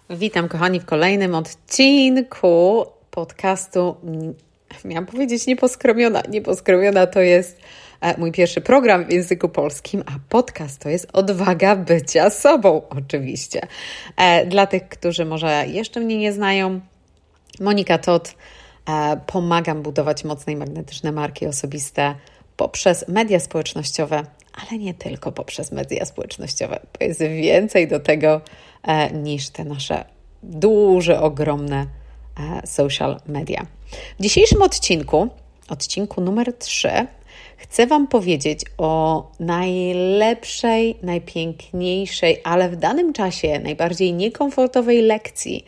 Witam kochani w kolejnym odcinku podcastu, miałam powiedzieć Nieposkromiona. Nieposkromiona to jest mój pierwszy program w języku polskim, a podcast to jest odwaga bycia sobą oczywiście. Dla tych, którzy może jeszcze mnie nie znają, Monika Todt, pomagam budować mocne i magnetyczne marki osobiste poprzez media społecznościowe, ale nie tylko poprzez media społecznościowe, bo jest więcej do tego niż te nasze duże, ogromne social media. W dzisiejszym odcinku numer 3, chcę Wam powiedzieć o najlepszej, najpiękniejszej, ale w danym czasie najbardziej niekomfortowej lekcji,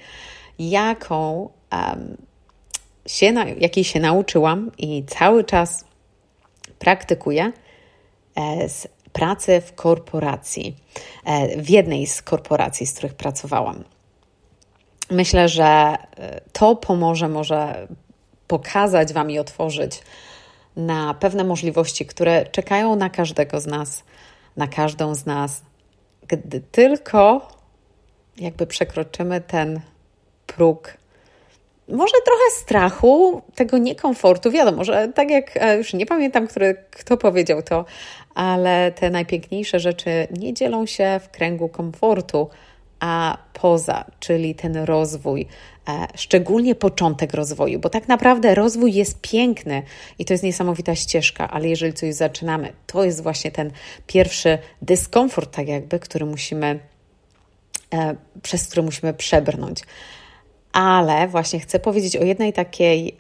jakiej się nauczyłam i cały czas praktykuję z pracy w korporacji, w jednej z korporacji, z których pracowałam. Myślę, że to może pokazać Wam i otworzyć na pewne możliwości, które czekają na każdego z nas, na każdą z nas, gdy tylko jakby przekroczymy ten próg, może trochę strachu, tego niekomfortu. Wiadomo, że tak jak, już nie pamiętam, kto powiedział to, ale te najpiękniejsze rzeczy nie dzielą się w kręgu komfortu, a poza, czyli ten rozwój, szczególnie początek rozwoju, bo tak naprawdę rozwój jest piękny i to jest niesamowita ścieżka, ale jeżeli coś zaczynamy, to jest właśnie ten pierwszy dyskomfort, tak jakby, przez który musimy przebrnąć. Ale właśnie chcę powiedzieć o jednej takiej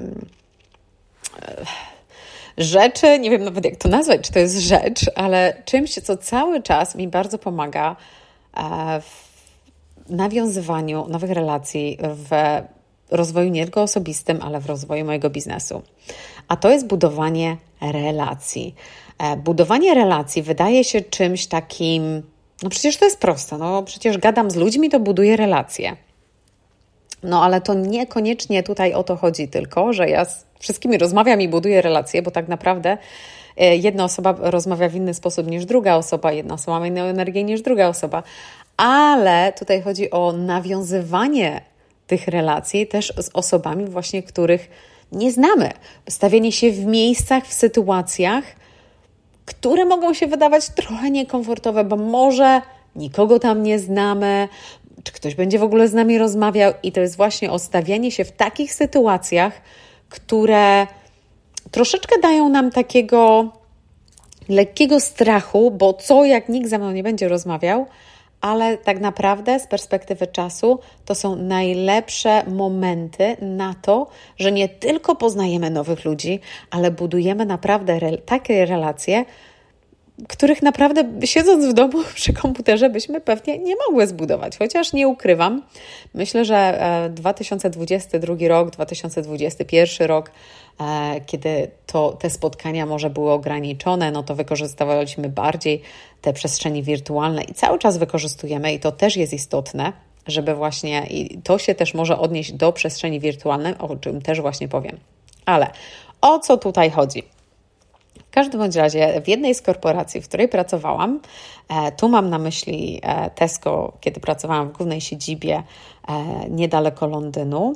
rzeczy, nie wiem nawet jak to nazwać, czy to jest rzecz, ale czymś, co cały czas mi bardzo pomaga w nawiązywaniu nowych relacji, w rozwoju nie tylko osobistym, ale w rozwoju mojego biznesu. A to jest budowanie relacji. Budowanie relacji wydaje się czymś takim, no przecież to jest proste, no przecież gadam z ludźmi, to buduję relacje. No ale to niekoniecznie tutaj o to chodzi tylko, że ja z wszystkimi rozmawiam i buduję relacje, bo tak naprawdę jedna osoba rozmawia w inny sposób niż druga osoba, jedna osoba ma inną energię niż druga osoba, ale tutaj chodzi o nawiązywanie tych relacji też z osobami właśnie, których nie znamy. Stawianie się w miejscach, w sytuacjach, które mogą się wydawać trochę niekomfortowe, bo może nikogo tam nie znamy, czy ktoś będzie w ogóle z nami rozmawiał i to jest właśnie o stawianie się w takich sytuacjach, które troszeczkę dają nam takiego lekkiego strachu, bo co jak nikt ze mną nie będzie rozmawiał, ale tak naprawdę z perspektywy czasu to są najlepsze momenty na to, że nie tylko poznajemy nowych ludzi, ale budujemy naprawdę takie relacje, których naprawdę siedząc w domu przy komputerze byśmy pewnie nie mogły zbudować. Chociaż nie ukrywam, myślę, że 2022 rok, 2021 rok, kiedy te spotkania może były ograniczone, no to wykorzystywaliśmy bardziej te przestrzenie wirtualne i cały czas wykorzystujemy i to też jest istotne, żeby właśnie, i to się też może odnieść do przestrzeni wirtualnej, o czym też właśnie powiem. Ale o co tutaj chodzi? W każdym bądź razie w jednej z korporacji, w której pracowałam, tu mam na myśli Tesco, kiedy pracowałam w głównej siedzibie niedaleko Londynu,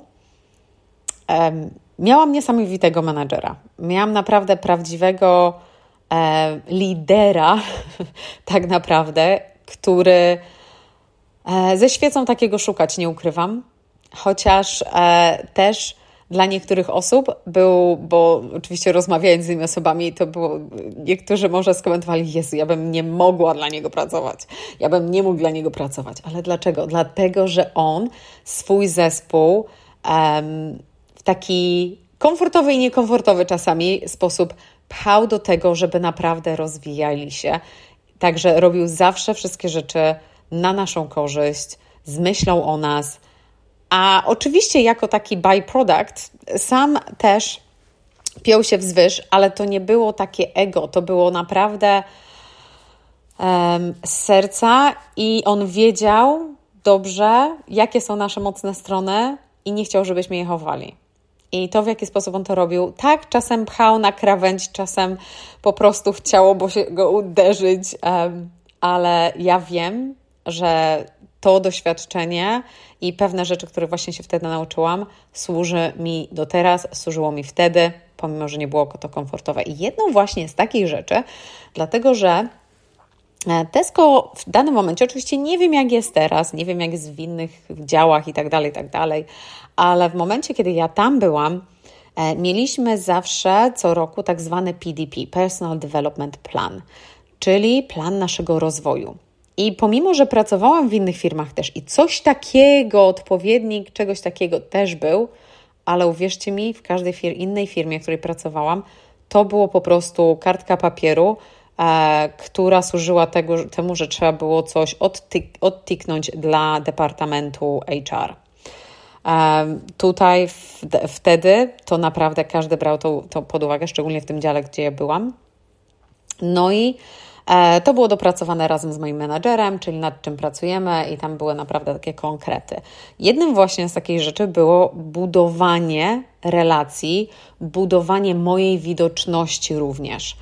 miałam niesamowitego menadżera. Miałam naprawdę prawdziwego lidera, tak naprawdę, który ze świecą takiego szukać nie ukrywam, chociaż też dla niektórych osób był, bo oczywiście rozmawiając z tymi osobami, to było, niektórzy może skomentowali, Jezu, ja bym nie mogła dla niego pracować, ja bym nie mógł dla niego pracować. Ale dlaczego? Dlatego, że on swój zespół w taki komfortowy i niekomfortowy czasami sposób pchał do tego, żeby naprawdę rozwijali się. Także robił zawsze wszystkie rzeczy na naszą korzyść, z myślą o nas. A oczywiście jako taki byproduct sam też piął się wzwyż, ale to nie było takie ego, to było naprawdę z serca i on wiedział dobrze, jakie są nasze mocne strony i nie chciał, żebyśmy je chowali. I to, w jaki sposób on to robił, tak czasem pchał na krawędź, czasem po prostu chciało go uderzyć, ale ja wiem, że to doświadczenie i pewne rzeczy, które właśnie się wtedy nauczyłam, służy mi do teraz, służyło mi wtedy, pomimo że nie było to komfortowe. I jedną właśnie z takich rzeczy, dlatego że Tesco w danym momencie, oczywiście nie wiem jak jest teraz, nie wiem jak jest w innych działach i tak dalej, ale w momencie, kiedy ja tam byłam, mieliśmy zawsze co roku tak zwany PDP, Personal Development Plan, czyli plan naszego rozwoju. I pomimo, że pracowałam w innych firmach też i coś takiego, odpowiednik czegoś takiego też był, ale uwierzcie mi, w każdej innej firmie, w której pracowałam, to było po prostu kartka papieru, która służyła temu, że trzeba było coś odtiknąć dla departamentu HR. Tutaj wtedy to naprawdę każdy brał to pod uwagę, szczególnie w tym dziale, gdzie ja byłam. No i to było dopracowane razem z moim menadżerem, czyli nad czym pracujemy i tam były naprawdę takie konkrety. Jednym właśnie z takich rzeczy było budowanie relacji, budowanie mojej widoczności również.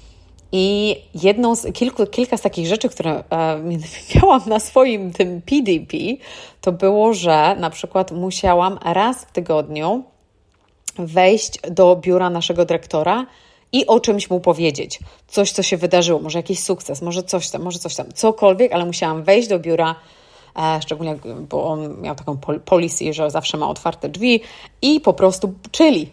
I jedną z kilka z takich rzeczy, które miałam na swoim tym PDP, to było, że na przykład musiałam raz w tygodniu wejść do biura naszego dyrektora i o czymś mu powiedzieć. Coś, co się wydarzyło, może jakiś sukces, może coś tam, cokolwiek, ale musiałam wejść do biura, szczególnie, bo on miał taką policy, że zawsze ma otwarte drzwi i po prostu, czyli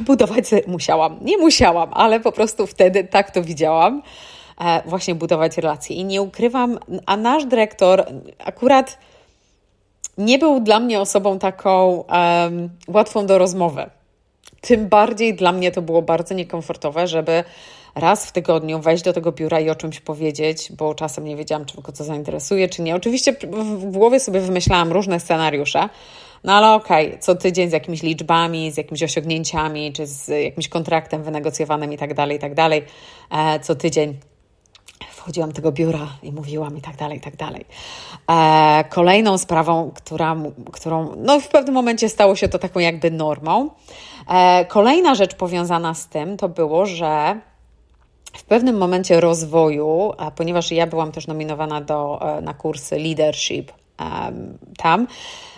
nie musiałam, ale po prostu wtedy tak to widziałam, właśnie budować relacje. I nie ukrywam, a nasz dyrektor akurat nie był dla mnie osobą taką łatwą do rozmowy. Tym bardziej dla mnie to było bardzo niekomfortowe, żeby raz w tygodniu wejść do tego biura i o czymś powiedzieć, bo czasem nie wiedziałam, czy go to zainteresuje, czy nie. Oczywiście w głowie sobie wymyślałam różne scenariusze, no ale okej, co tydzień z jakimiś liczbami, z jakimiś osiągnięciami, czy z jakimś kontraktem wynegocjowanym i tak dalej. Co tydzień wchodziłam do tego biura i mówiłam i tak dalej. Kolejną sprawą, którą no w pewnym momencie stało się to taką jakby normą. Kolejna rzecz powiązana z tym to było, że w pewnym momencie rozwoju, ponieważ ja byłam też nominowana na kursy leadership tam,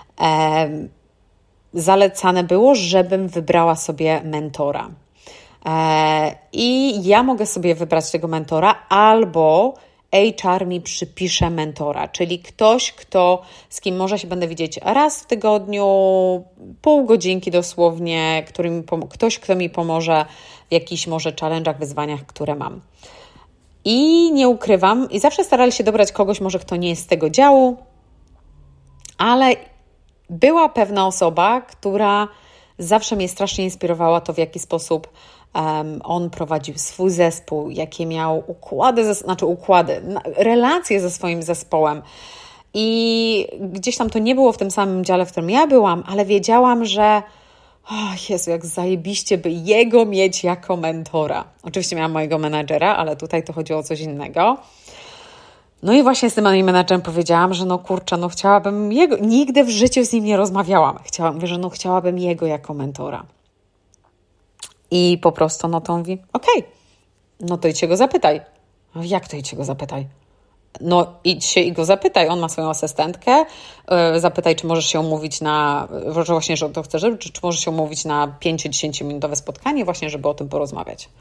zalecane było, żebym wybrała sobie mentora. I ja mogę sobie wybrać tego mentora albo HR mi przypisze mentora, czyli ktoś, z kim może się będę widzieć raz w tygodniu, pół godzinki dosłownie, ktoś, kto mi pomoże w jakichś może challenge'ach, wyzwaniach, które mam. I nie ukrywam, i zawsze starali się dobrać kogoś może, kto nie jest z tego działu, ale była pewna osoba, która zawsze mnie strasznie inspirowała to, w jaki sposób on prowadził swój zespół, jakie miał relacje ze swoim zespołem. I gdzieś tam to nie było w tym samym dziale, w którym ja byłam, ale wiedziałam, że Jezu, jak zajebiście by jego mieć jako mentora. Oczywiście miałam mojego menadżera, ale tutaj to chodziło o coś innego. No i właśnie z tym moim menadżerem powiedziałam, że chciałabym jego, nigdy w życiu z nim nie rozmawiałam. Chciałabym jego jako mentora. I po prostu, to on mówi, okej, no to idź się go zapytaj. Jak to idź się go zapytaj? No idź się i go zapytaj. On ma swoją asystentkę. Zapytaj, czy możesz się umówić że właśnie, że to chcesz, czy możesz się umówić na 5-10 minutowe spotkanie właśnie, żeby o tym porozmawiać.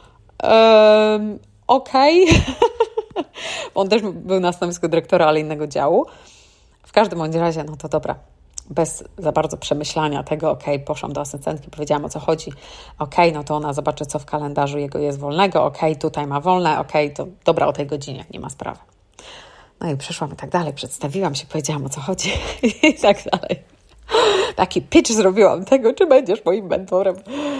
Okej. On też był na stanowisku dyrektora, ale innego działu. W każdym bądź razie, no to dobra. Bez za bardzo przemyślania tego, poszłam do asystentki, powiedziałam, o co chodzi. No to ona zobaczy, co w kalendarzu jego jest wolnego. Tutaj ma wolne. To dobra, o tej godzinie, nie ma sprawy. No i przyszłam i tak dalej, przedstawiłam się, powiedziałam, o co chodzi i tak dalej. Taki pitch zrobiłam tego, czy będziesz moim mentorem.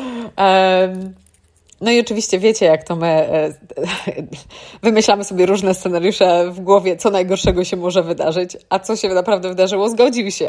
No i oczywiście wiecie, jak to my wymyślamy sobie różne scenariusze w głowie, co najgorszego się może wydarzyć, a co się naprawdę wydarzyło, zgodził się.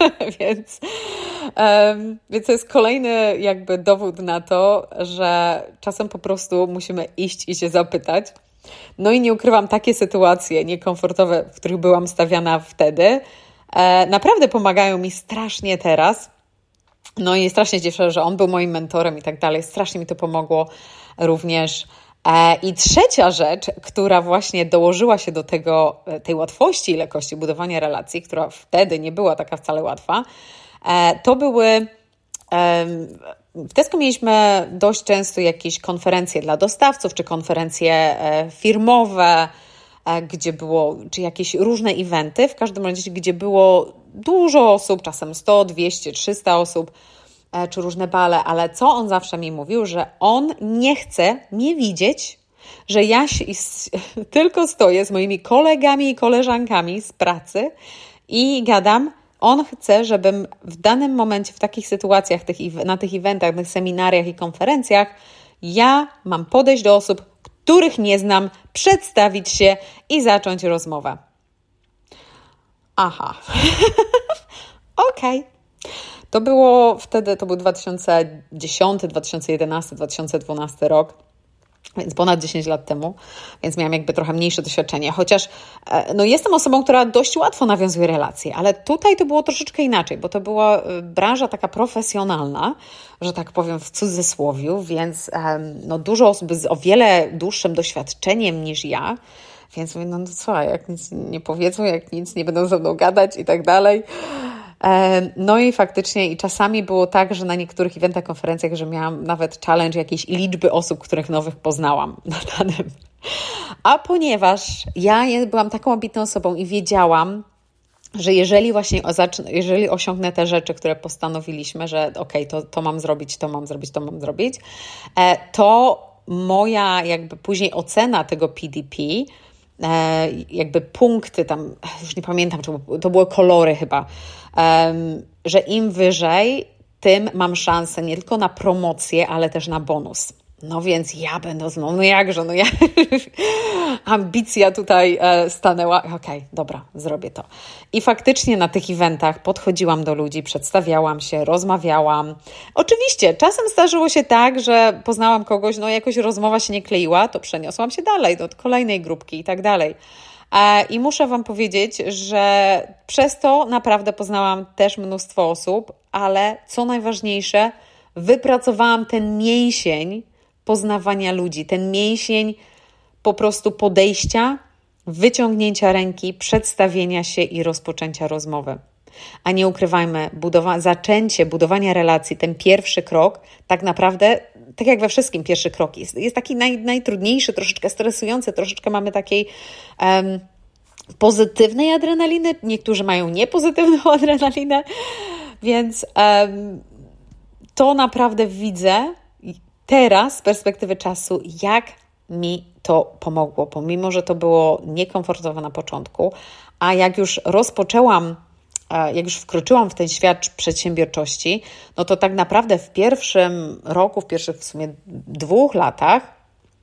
Więc to jest kolejny jakby dowód na to, że czasem po prostu musimy iść i się zapytać. No i nie ukrywam, takie sytuacje niekomfortowe, w których byłam stawiana wtedy, naprawdę pomagają mi strasznie teraz. No i strasznie cieszę, że on był moim mentorem i tak dalej. Strasznie mi to pomogło również I trzecia rzecz, która właśnie dołożyła się do tej łatwości i lekkości budowania relacji, która wtedy nie była taka wcale łatwa, to były... W Tesco mieliśmy dość często jakieś konferencje dla dostawców, czy konferencje firmowe, gdzie było, czy jakieś różne eventy, w każdym razie, gdzie było dużo osób, czasem 100, 200, 300 osób, czy różne bale, ale co on zawsze mi mówił, że on nie chce mnie widzieć, że ja tylko stoję z moimi kolegami i koleżankami z pracy i gadam. On chce, żebym w danym momencie, w takich sytuacjach, na tych eventach, na tych seminariach i konferencjach, ja mam podejść do osób, których nie znam, przedstawić się i zacząć rozmowę. Aha. Okej. To było wtedy, to był 2010, 2011, 2012 rok. Więc ponad 10 lat temu, więc miałam jakby trochę mniejsze doświadczenie, chociaż jestem osobą, która dość łatwo nawiązuje relacje, ale tutaj to było troszeczkę inaczej, bo to była branża taka profesjonalna, że tak powiem w cudzysłowiu, więc dużo osób z o wiele dłuższym doświadczeniem niż ja, więc mówię, jak nic nie powiedzą, jak nic nie będą ze mną gadać i tak dalej. No i faktycznie i czasami było tak, że na niektórych eventach, konferencjach, że miałam nawet challenge jakiejś liczby osób, których nowych poznałam na danym. A ponieważ ja byłam taką ambitną osobą i wiedziałam, że jeżeli osiągnę te rzeczy, które postanowiliśmy, że to mam zrobić, to moja jakby później ocena tego PDP, jakby punkty tam, już nie pamiętam, to były kolory chyba, że im wyżej, tym mam szansę nie tylko na promocję, ale też na bonus. No więc ja będę ambicja tutaj stanęła. Okej, dobra, zrobię to. I faktycznie na tych eventach podchodziłam do ludzi, przedstawiałam się, rozmawiałam. Oczywiście, czasem zdarzyło się tak, że poznałam kogoś, jakoś rozmowa się nie kleiła, to przeniosłam się dalej do kolejnej grupki i tak dalej. I muszę Wam powiedzieć, że przez to naprawdę poznałam też mnóstwo osób, ale co najważniejsze, wypracowałam ten mięsień poznawania ludzi, ten mięsień po prostu podejścia, wyciągnięcia ręki, przedstawienia się i rozpoczęcia rozmowy. A nie ukrywajmy, zaczęcie budowania relacji, ten pierwszy krok, tak naprawdę, tak jak we wszystkim pierwszy krok, jest taki najtrudniejszy, troszeczkę stresujący, troszeczkę mamy takiej pozytywnej adrenaliny, niektórzy mają niepozytywną adrenalinę, więc to naprawdę widzę teraz z perspektywy czasu, jak mi to pomogło, pomimo że to było niekomfortowe na początku, a jak już wkroczyłam w ten świat przedsiębiorczości, no to tak naprawdę w pierwszym roku, w pierwszych w sumie 2 latach,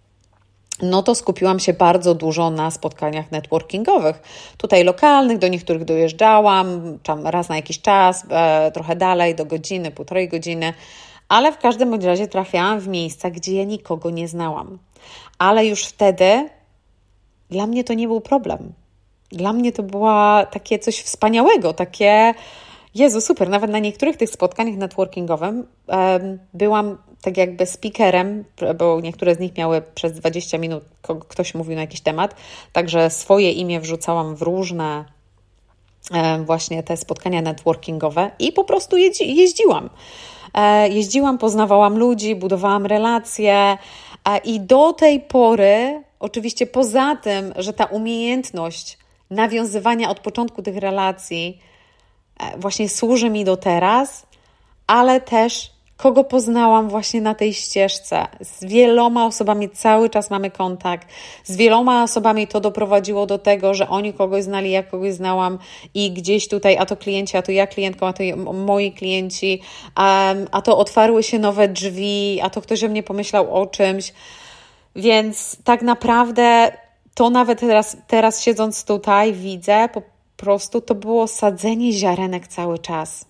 no to skupiłam się bardzo dużo na spotkaniach networkingowych. Tutaj lokalnych, do niektórych dojeżdżałam, tam raz na jakiś czas, trochę dalej, do godziny, 1,5 godziny, ale w każdym bądź razie trafiałam w miejsca, gdzie ja nikogo nie znałam. Ale już wtedy dla mnie to nie był problem. Dla mnie to było takie coś wspaniałego, takie Jezu, super, nawet na niektórych tych spotkaniach networkingowych byłam tak jakby speakerem, bo niektóre z nich miały przez 20 minut, ktoś mówił na jakiś temat, także swoje imię wrzucałam w różne właśnie te spotkania networkingowe i po prostu jeździłam. Jeździłam, poznawałam ludzi, budowałam relacje i do tej pory, oczywiście poza tym, że ta umiejętność nawiązywania od początku tych relacji właśnie służy mi do teraz, ale też kogo poznałam właśnie na tej ścieżce. Z wieloma osobami cały czas mamy kontakt. Z wieloma osobami to doprowadziło do tego, że oni kogoś znali, ja kogoś znałam i gdzieś tutaj, a to klienci, a to ja klientką, a to moi klienci, a to otwarły się nowe drzwi, a to ktoś o mnie pomyślał o czymś. Więc tak naprawdę to nawet teraz siedząc tutaj widzę, po prostu to było sadzenie ziarenek cały czas.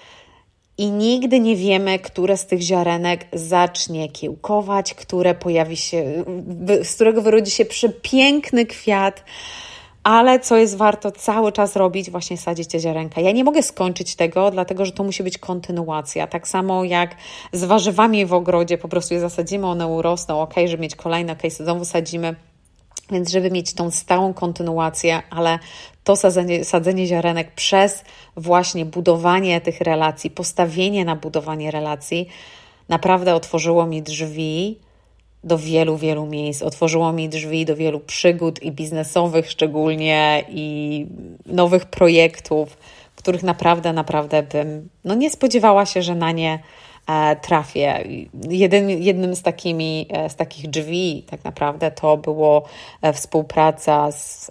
I nigdy nie wiemy, które z tych ziarenek zacznie kiełkować, które pojawi się, z którego wyrodzi się przepiękny kwiat, ale co jest warto cały czas robić, właśnie sadzić te ziarenka. Ja nie mogę skończyć tego, dlatego że to musi być kontynuacja. Tak samo jak z warzywami w ogrodzie, po prostu je zasadzimy, one urosną, żeby mieć kolejne, znowu sadzimy. Więc żeby mieć tą stałą kontynuację, ale to sadzenie ziarenek przez właśnie budowanie tych relacji, postawienie na budowanie relacji naprawdę otworzyło mi drzwi do wielu, wielu miejsc. Otworzyło mi drzwi do wielu przygód i biznesowych szczególnie i nowych projektów, których naprawdę bym nie spodziewała się, że na nie trafię. Jednym z takich drzwi tak naprawdę to było współpraca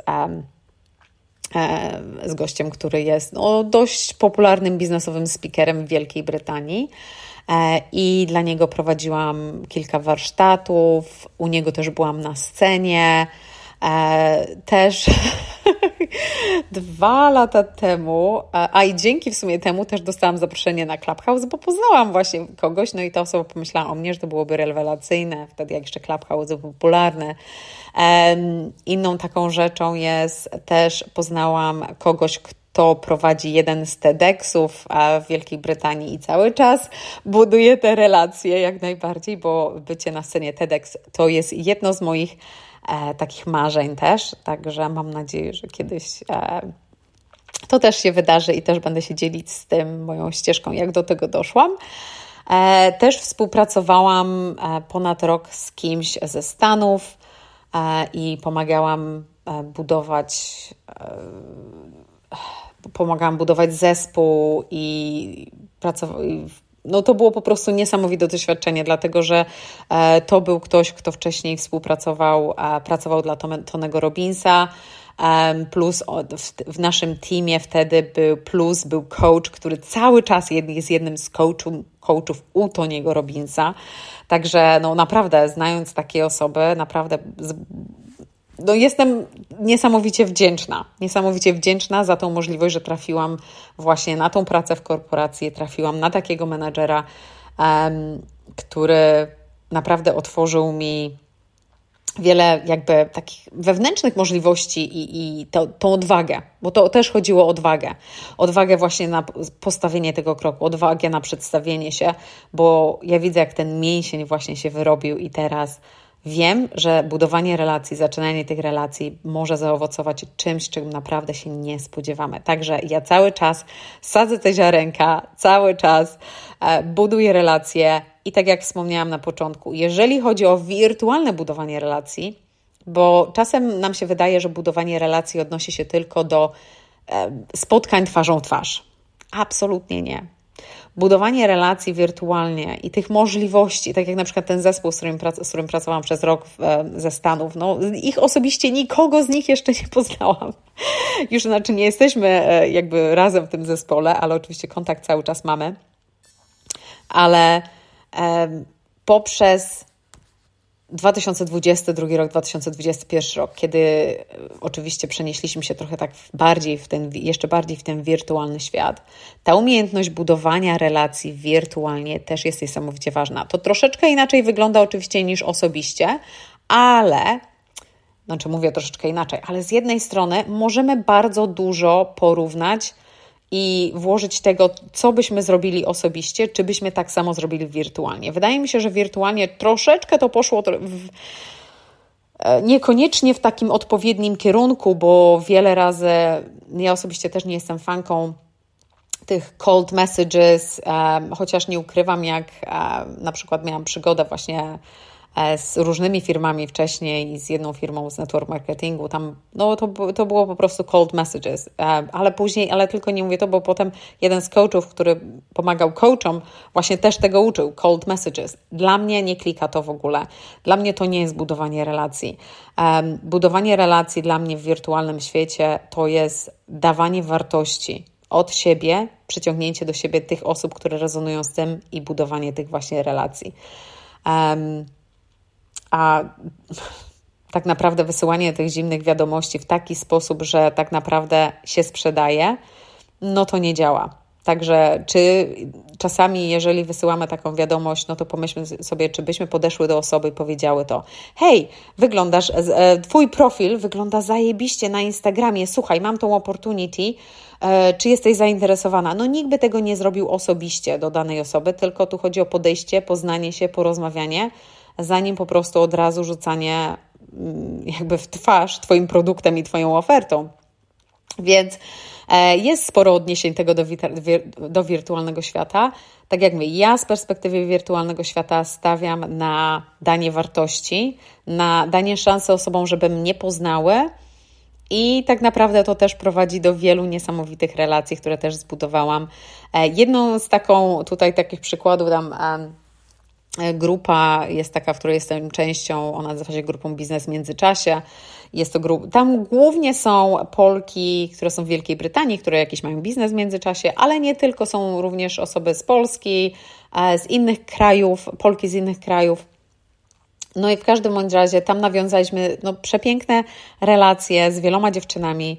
z gościem, który jest dość popularnym biznesowym speakerem w Wielkiej Brytanii. I dla niego prowadziłam kilka warsztatów, u niego też byłam na scenie. Też 2 lata temu, i dzięki w sumie temu też dostałam zaproszenie na Clubhouse, bo poznałam właśnie kogoś, i ta osoba pomyślała o mnie, że to byłoby rewelacyjne, wtedy jak jeszcze Clubhouse był popularny. Inną taką rzeczą jest też poznałam kogoś, kto prowadzi jeden z TEDxów w Wielkiej Brytanii i cały czas buduje te relacje jak najbardziej, bo bycie na scenie TEDx to jest jedno z moich takich marzeń też, także mam nadzieję, że kiedyś to też się wydarzy i też będę się dzielić z tym moją ścieżką, jak do tego doszłam. Też współpracowałam ponad rok z kimś ze Stanów i pomagałam budować zespół i to było po prostu niesamowite doświadczenie, dlatego że to był ktoś, kto wcześniej pracował dla Tonego Robbinsa, plus w naszym teamie wtedy był coach, który cały czas jest jednym z coachów u Toniego Robbinsa. Także naprawdę znając takie osoby, naprawdę jestem niesamowicie wdzięczna za tą możliwość, że trafiłam właśnie na tą pracę w korporacji, trafiłam na takiego menadżera, który naprawdę otworzył mi wiele jakby takich wewnętrznych możliwości i tą odwagę, bo to też chodziło o odwagę. Odwagę właśnie na postawienie tego kroku, odwagę na przedstawienie się, bo ja widzę, jak ten mięsień właśnie się wyrobił i teraz wiem, że budowanie relacji, zaczynanie tych relacji może zaowocować czymś, czym naprawdę się nie spodziewamy. Także ja cały czas sadzę te ziarenka, cały czas buduję relacje i tak jak wspomniałam na początku, jeżeli chodzi o wirtualne budowanie relacji, bo czasem nam się wydaje, że budowanie relacji odnosi się tylko do spotkań twarzą w twarz. Absolutnie nie. Budowanie relacji wirtualnie i tych możliwości, tak jak na przykład ten zespół, z którym pracowałam przez rok ze Stanów, ich osobiście nikogo z nich jeszcze nie poznałam. Już nie jesteśmy jakby razem w tym zespole, ale oczywiście kontakt cały czas mamy. Ale poprzez 2022 rok, 2021 rok, kiedy oczywiście przenieśliśmy się trochę tak jeszcze bardziej w ten wirtualny świat, ta umiejętność budowania relacji wirtualnie też jest niesamowicie ważna. To troszeczkę inaczej wygląda oczywiście niż osobiście, ale mówię troszeczkę inaczej, ale z jednej strony możemy bardzo dużo porównać i włożyć tego, co byśmy zrobili osobiście, czy byśmy tak samo zrobili wirtualnie. Wydaje mi się, że wirtualnie troszeczkę to poszło niekoniecznie w takim odpowiednim kierunku, bo wiele razy, ja osobiście też nie jestem fanką tych cold messages, chociaż nie ukrywam, jak na przykład miałam przygodę właśnie z różnymi firmami wcześniej i z jedną firmą z network marketingu, tam to było po prostu cold messages, ale tylko nie mówię to, bo potem jeden z coachów, który pomagał coachom, właśnie też tego uczył, cold messages. Dla mnie nie klika to w ogóle. Dla mnie to nie jest budowanie relacji. Budowanie relacji dla mnie w wirtualnym świecie to jest dawanie wartości od siebie, przyciągnięcie do siebie tych osób, które rezonują z tym i budowanie tych właśnie relacji. A tak naprawdę wysyłanie tych zimnych wiadomości w taki sposób, że tak naprawdę się sprzedaje, to nie działa. Także czy czasami, jeżeli wysyłamy taką wiadomość, no to pomyślmy sobie, czy byśmy podeszły do osoby i powiedziały to: hej, twój profil wygląda zajebiście na Instagramie, słuchaj, mam tą opportunity, czy jesteś zainteresowana? No nikt by tego nie zrobił osobiście do danej osoby, tylko tu chodzi o podejście, poznanie się, porozmawianie, zanim po prostu od razu rzucanie jakby w twarz Twoim produktem i Twoją ofertą. Więc jest sporo odniesień tego do wirtualnego świata. Tak jak mówię, ja z perspektywy wirtualnego świata stawiam na danie wartości, na danie szansy osobom, żeby mnie poznały, i tak naprawdę to też prowadzi do wielu niesamowitych relacji, które też zbudowałam. Jedną z takich przykładów grupa jest taka, w której jestem częścią, ona nazywa się grupą Biznes w Międzyczasie. Jest to tam głównie są Polki, które są w Wielkiej Brytanii, które jakiś mają biznes w międzyczasie, ale nie tylko, są również osoby z Polski, z innych krajów, Polki z innych krajów. No i w każdym bądź razie tam nawiązaliśmy przepiękne relacje z wieloma dziewczynami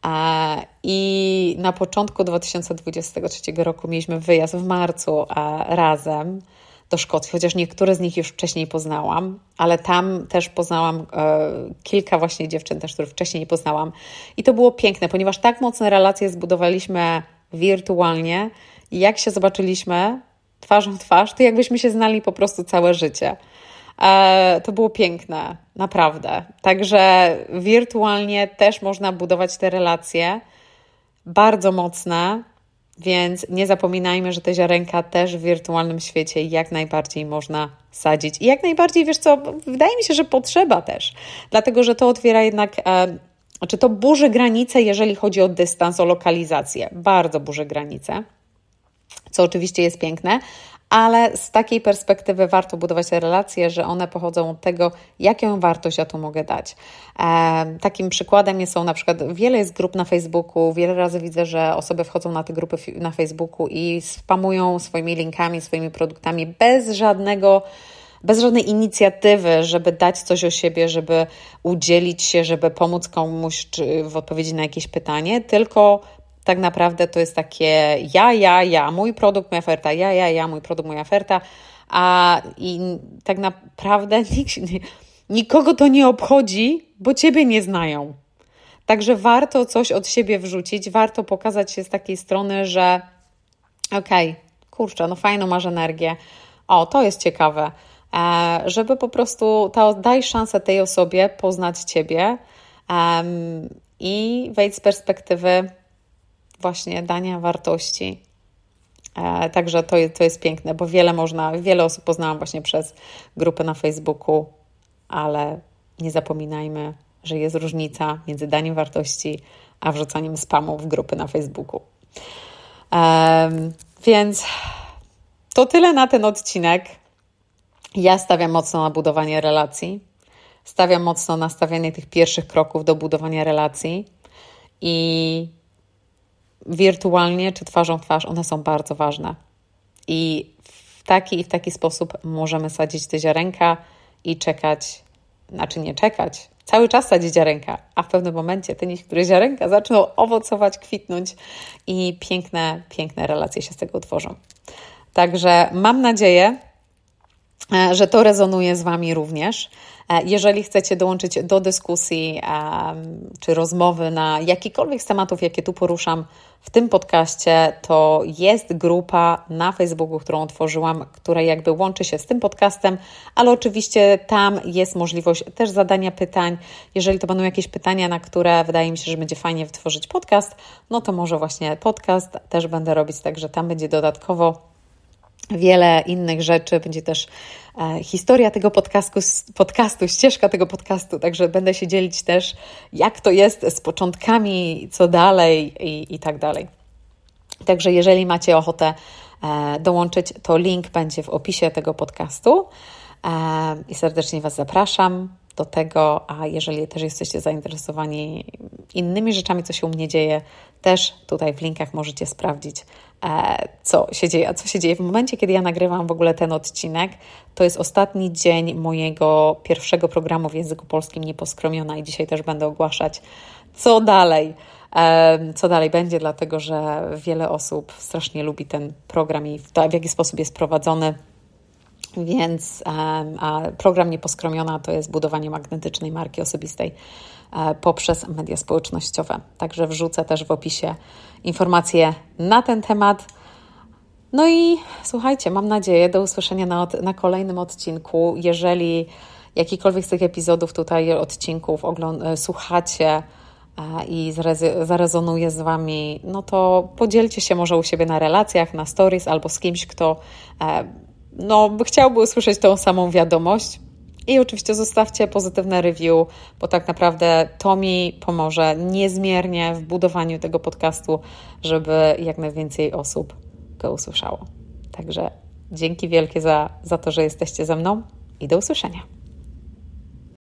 i na początku 2023 roku mieliśmy wyjazd w marcu razem do Szkocji, chociaż niektóre z nich już wcześniej poznałam, ale tam też poznałam kilka właśnie dziewczyn też, których wcześniej nie poznałam, i to było piękne, ponieważ tak mocne relacje zbudowaliśmy wirtualnie i jak się zobaczyliśmy twarzą w twarz, to jakbyśmy się znali po prostu całe życie. To było piękne, naprawdę. Także wirtualnie też można budować te relacje bardzo mocne, więc nie zapominajmy, że te ziarenka też w wirtualnym świecie jak najbardziej można sadzić. I jak najbardziej, wiesz co, wydaje mi się, że potrzeba też. Dlatego, że to otwiera jednak, to burzy granice, jeżeli chodzi o dystans, o lokalizację. Bardzo burzy granice, co oczywiście jest piękne, ale z takiej perspektywy warto budować te relacje, że one pochodzą od tego, jaką wartość ja tu mogę dać. Takim przykładem są na przykład, wiele jest grup na Facebooku, wiele razy widzę, że osoby wchodzą na te grupy na Facebooku i spamują swoimi linkami, swoimi produktami bez żadnej inicjatywy, żeby dać coś o siebie, żeby udzielić się, żeby pomóc komuś czy w odpowiedzi na jakieś pytanie, tylko tak naprawdę to jest takie ja, mój produkt, moja oferta, mój produkt, moja oferta, i tak naprawdę nikogo to nie obchodzi, bo Ciebie nie znają. Także warto coś od siebie wrzucić, warto pokazać się z takiej strony, że kurczę, fajną masz energię, to jest ciekawe, żeby po prostu daj szansę tej osobie poznać Ciebie i wejść z perspektywy właśnie dania wartości. Także to jest piękne, bo wiele osób poznałam właśnie przez grupy na Facebooku, ale nie zapominajmy, że jest różnica między daniem wartości a wrzucaniem spamu w grupy na Facebooku. Więc to tyle na ten odcinek. Ja stawiam mocno na budowanie relacji. Stawiam mocno na stawianie tych pierwszych kroków do budowania relacji i wirtualnie czy twarzą w twarz, one są bardzo ważne. I w taki sposób możemy sadzić te ziarenka i nie czekać, cały czas sadzić ziarenka, a w pewnym momencie te niektóre ziarenka zaczną owocować, kwitnąć i piękne, piękne relacje się z tego utworzą. Także mam nadzieję, że to rezonuje z Wami również. Jeżeli chcecie dołączyć do dyskusji czy rozmowy na jakikolwiek z tematów, jakie tu poruszam w tym podcaście, to jest grupa na Facebooku, którą otworzyłam, która jakby łączy się z tym podcastem, ale oczywiście tam jest możliwość też zadania pytań. Jeżeli to będą jakieś pytania, na które wydaje mi się, że będzie fajnie wytworzyć podcast, no to może właśnie podcast też będę robić, także tam będzie dodatkowo wiele innych rzeczy, będzie też historia tego podcastu, ścieżka tego podcastu, także będę się dzielić też, jak to jest z początkami, co dalej i tak dalej. Także jeżeli macie ochotę dołączyć, to link będzie w opisie tego podcastu i serdecznie Was zapraszam do tego, a jeżeli też jesteście zainteresowani innymi rzeczami, co się u mnie dzieje, też tutaj w linkach możecie sprawdzić, co się dzieje. A co się dzieje w momencie, kiedy ja nagrywam w ogóle ten odcinek, to jest ostatni dzień mojego pierwszego programu w języku polskim Nieposkromiona i dzisiaj też będę ogłaszać, co dalej. co dalej będzie, dlatego że wiele osób strasznie lubi ten program i w jaki sposób jest prowadzony. Więc a program Nieposkromiona to jest budowanie magnetycznej marki osobistej poprzez media społecznościowe. Także wrzucę też w opisie informacje na ten temat. No i słuchajcie, mam nadzieję do usłyszenia na kolejnym odcinku. Jeżeli jakikolwiek z tych epizodów tutaj, odcinków słuchacie i zarezonuje z Wami, no to podzielcie się może u siebie na relacjach, na stories albo z kimś, kto chciałby usłyszeć tą samą wiadomość. I oczywiście zostawcie pozytywne review, bo tak naprawdę to mi pomoże niezmiernie w budowaniu tego podcastu, żeby jak najwięcej osób go usłyszało. Także dzięki wielkie za to, że jesteście ze mną i do usłyszenia.